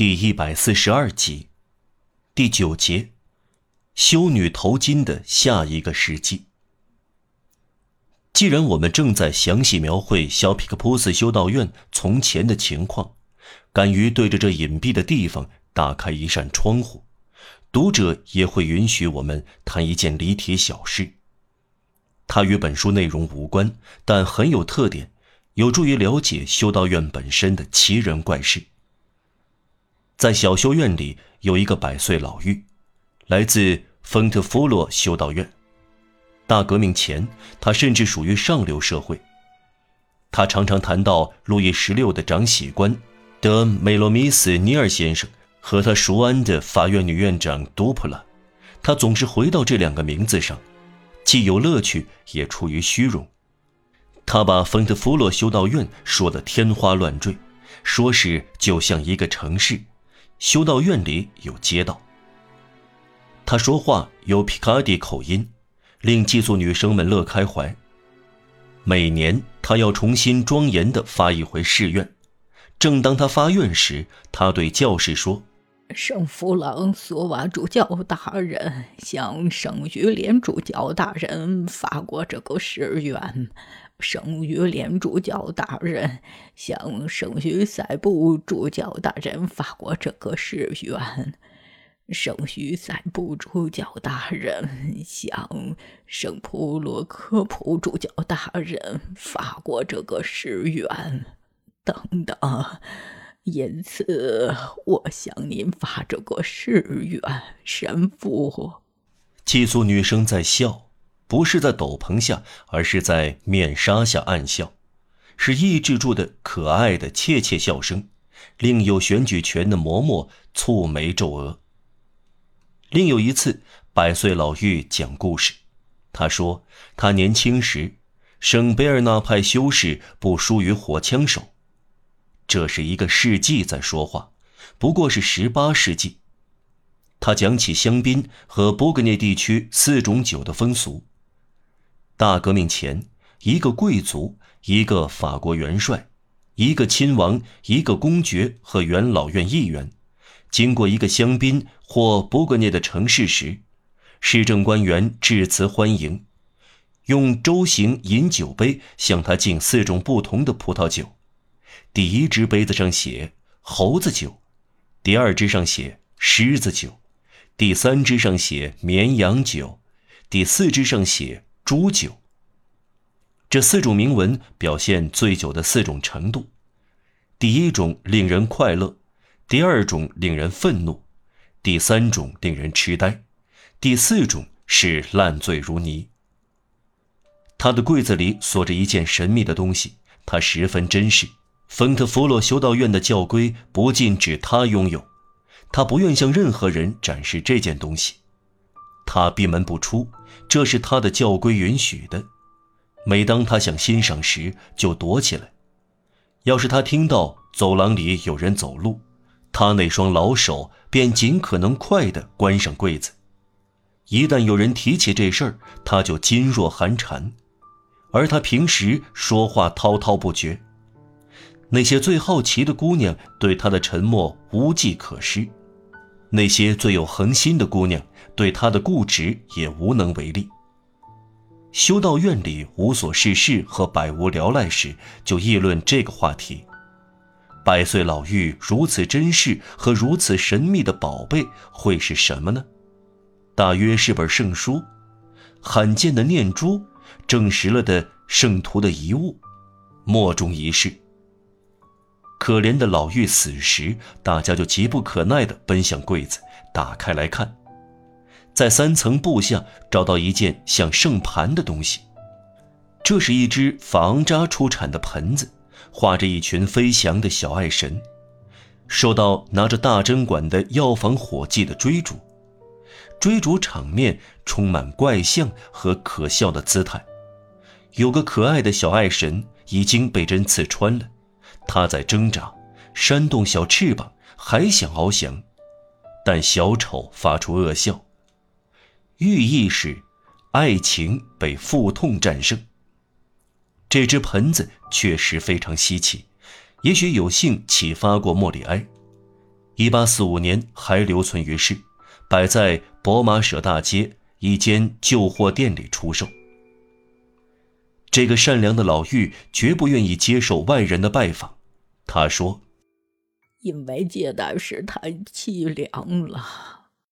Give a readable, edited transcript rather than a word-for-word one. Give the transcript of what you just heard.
第142集，第9节，修女头巾的下一个世纪。既然我们正在详细描绘小皮克普斯修道院从前的情况，敢于对着这隐蔽的地方打开一扇窗户，读者也会允许我们谈一件离题小事。它与本书内容无关，但很有特点，有助于了解修道院本身的奇人怪事。在小修院里有一个100岁老妪，来自丰特夫洛修道院。大革命前，他甚至属于上流社会。他常常谈到路易16的长喜官德梅罗米斯尼尔先生和他熟谙的法院女院长杜普拉，他总是回到这2个名字上，既有乐趣，也出于虚荣。他把丰特夫洛修道院说得天花乱坠，说是就像一个城市，修道院里有街道。他说话有皮卡迪口音，令寄宿女生们乐开怀。每年他要重新庄严地发一回誓愿。正当他发愿时，他对教士说： 圣弗朗索瓦主教大人向圣于连主教大人发过这个誓愿，圣于连主教大人向圣于塞布主教大人发过这个誓愿，圣于塞布主教大人向圣普罗科普主教大人发过这个誓愿，等等，因此我向您发这个誓愿，神父。 寄宿女生在笑，不是在斗篷下，而是在面纱下暗笑，是抑制住的可爱的窃窃笑声，令有选举权的嬷嬷蹙眉皱额。另有一次，100岁老妪讲故事，她说她年轻时，圣贝尔纳派修士不输于火枪手。这是一个世纪在说话，不过是18世纪。他讲起香槟和波格涅地区4种酒的风俗。大革命前，一个贵族，一个法国元帅，一个亲王，一个公爵和元老院议员，经过一个香槟或波格涅的城市时，市政官员致辞欢迎，用舟形饮酒杯向他敬4种不同的葡萄酒。第1只杯子上写猴子酒，第2只上写狮子酒，第3只上写绵羊酒，第4只上写猪酒。这4种铭文表现醉酒的4种程度。第1种令人快乐，第2种令人愤怒，第3种令人痴呆，第4种是烂醉如泥。他的柜子里锁着一件神秘的东西，他十分珍视。丰特弗洛修道院的教规不禁止他拥有，他不愿向任何人展示这件东西。他闭门不出，这是他的教规允许的。每当他想欣赏时，就躲起来。要是他听到走廊里有人走路，他那双老手便尽可能快地关上柜子。一旦有人提起这事儿，他就噤若寒蝉。而他平时说话滔滔不绝。那些最好奇的姑娘对他的沉默无计可施，那些最有恒心的姑娘对他的固执也无能为力。修道院里无所事事和百无聊赖时，就议论这个话题。100岁老妪如此珍视和如此神秘的宝贝会是什么呢？大约是本圣书，罕见的念珠，证实了的圣徒的遗物，莫衷一是。可怜的老妪死时，大家就急不可耐地奔向柜子，打开来看。在3层布下找到一件像圣盘的东西，这是一只法昂扎出产的盆子，画着一群飞翔的小爱神，受到拿着大针管的药房伙计的追逐。追逐场面充满怪象和可笑的姿态。有个可爱的小爱神已经被针刺穿了，他在挣扎，扇动小翅膀，还想翱翔，但小丑发出恶笑，寓意是爱情被腹痛战胜。这只盆子确实非常稀奇，也许有幸启发过莫里埃。 1845年还留存于世，摆在博马舍大街一间旧货店里出售。这个善良的老妪绝不愿意接受外人的拜访，他说： 因为接待时太凄凉了，